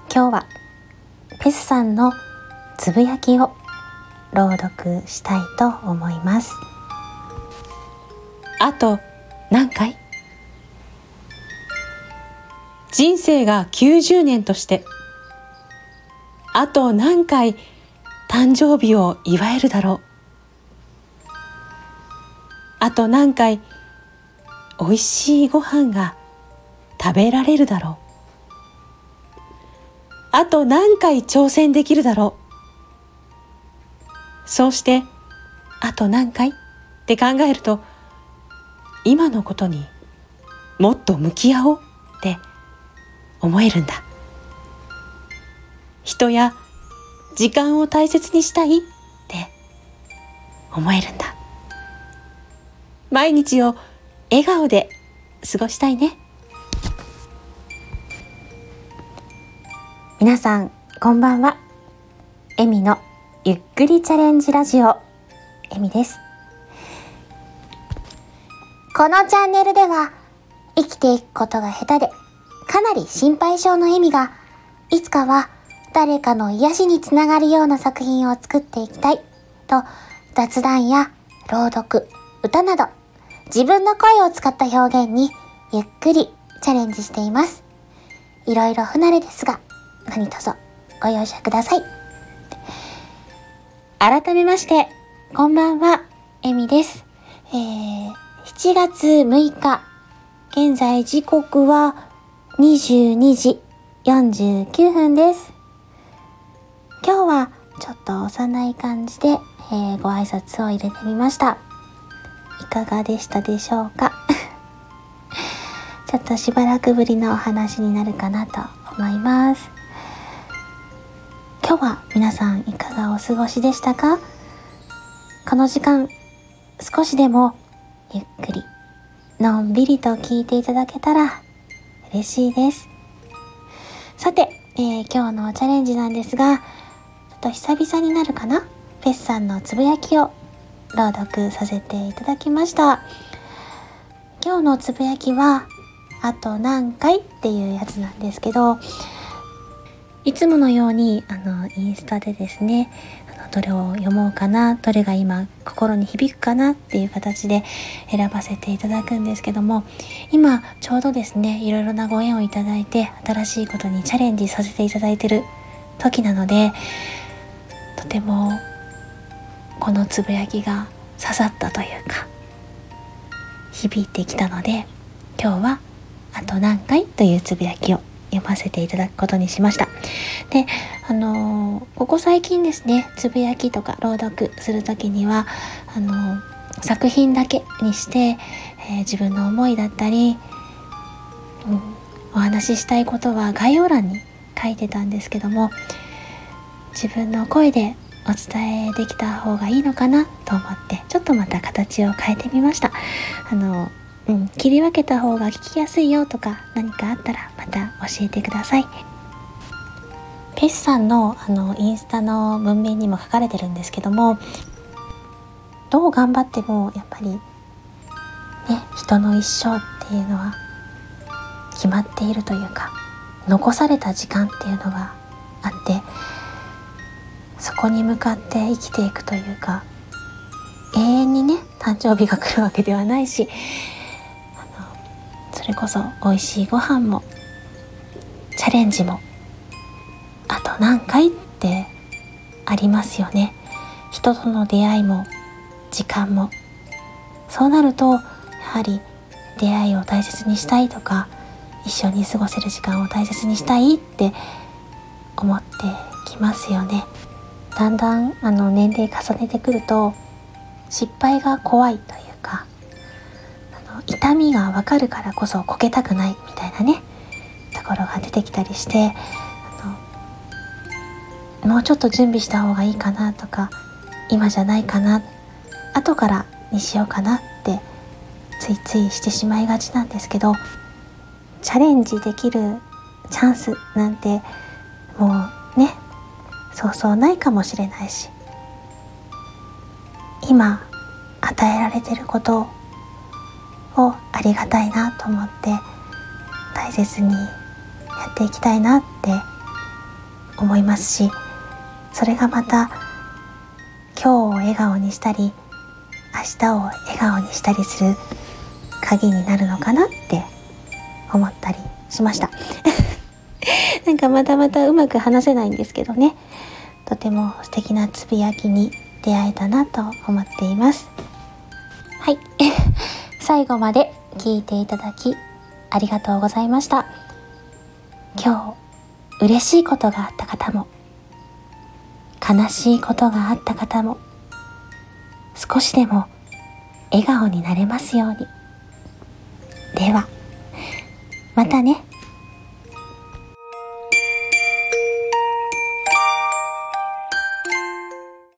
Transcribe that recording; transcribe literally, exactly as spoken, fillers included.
今日はペスさんのつぶやきを朗読したいと思います。 あと何回？人生がきゅうじゅうねんとして、あと何回誕生日を祝えるだろう。あと何回おいしいご飯が食べられるだろう。あと何回挑戦できるだろう。そうしてあと何回って考えると、今のことにもっと向き合おうって思えるんだ。人や時間を大切にしたいって思えるんだ。毎日を笑顔で過ごしたいね。 皆さんこんばんは。エミのゆっくりチャレンジラジオ、エミです。このチャンネルでは生きていくことが下手でかなり心配性のエミが、いつかは誰かの癒しにつながるような作品を作っていきたいと、雑談や朗読、歌など自分の声を使った表現にゆっくりチャレンジしています。いろいろ不慣れですが何卒ご容赦ください。改めましてこんばんは、エミです。えー、しちがつむいか、現在時刻はにじゅうにじよんじゅうきゅうふんです。今日はちょっと幼い感じで、えー、ご挨拶を入れてみました。いかがでしたでしょうかちょっとしばらくぶりのお話になるかなと思います。今日は皆さんいかがお過ごしでしたか？この時間少しでもゆっくりのんびりと聞いていただけたら嬉しいです。さて、えー、今日のチャレンジなんですが、ちょっと久々になるかな、ペスさんのつぶやきを朗読させていただきました。今日のつぶやきはあと何回っていうやつなんですけど、いつものようにあのインスタでですね、あのどれを読もうかな、どれが今心に響くかなっていう形で選ばせていただくんですけども、今ちょうどですね、いろいろなご縁をいただいて新しいことにチャレンジさせていただいている時なので、とてもこのつぶやきが刺さったというか響いてきたので、今日はあと何回というつぶやきを読ませていただくことにしました。で、あのー、ここ最近ですね、つぶやきとか朗読するときにはあのー、作品だけにして、えー、自分の思いだったり、うん、お話ししたいことは概要欄に書いてたんですけども、自分の声でお伝えできた方がいいのかなと思ってちょっとまた形を変えてみました。あのうん、切り分けた方が聞きやすいよとか何かあったらまた教えてください。ペスさんのあのインスタの文面にも書かれてるんですけども、どう頑張ってもやっぱりね、人の一生っていうのは決まっているというか、残された時間っていうのがあって、そこに向かって生きていくというか、永遠にね誕生日が来るわけではないし、あのそれこそ美味しいご飯もチャレンジもあと何回ってありますよね。人との出会いも時間も。そうなるとやはり出会いを大切にしたいとか、一緒に過ごせる時間を大切にしたいって思ってきますよね。だんだんあの年齢重ねてくると失敗が怖いというか、あの痛みが分かるからこそこけたくないみたいなねところが出てきたりして、あのもうちょっと準備した方がいいかなとか、今じゃないかな、後からにしようかなってついついしてしまいがちなんですけど、チャレンジできるチャンスなんてもうねそうそうないかもしれないし、今与えられてることをありがたいなと思って大切にやっていきたいなって思いますし、それがまた今日を笑顔にしたり明日を笑顔にしたりする鍵になるのかなって思ったりしましたなんかまたまたうまく話せないんですけどね、とても素敵なつぶやきに出会えたなと思っています。はい最後まで聞いていただきありがとうございました。今日嬉しいことがあった方も悲しいことがあった方も少しでも笑顔になれますように。ではまたね。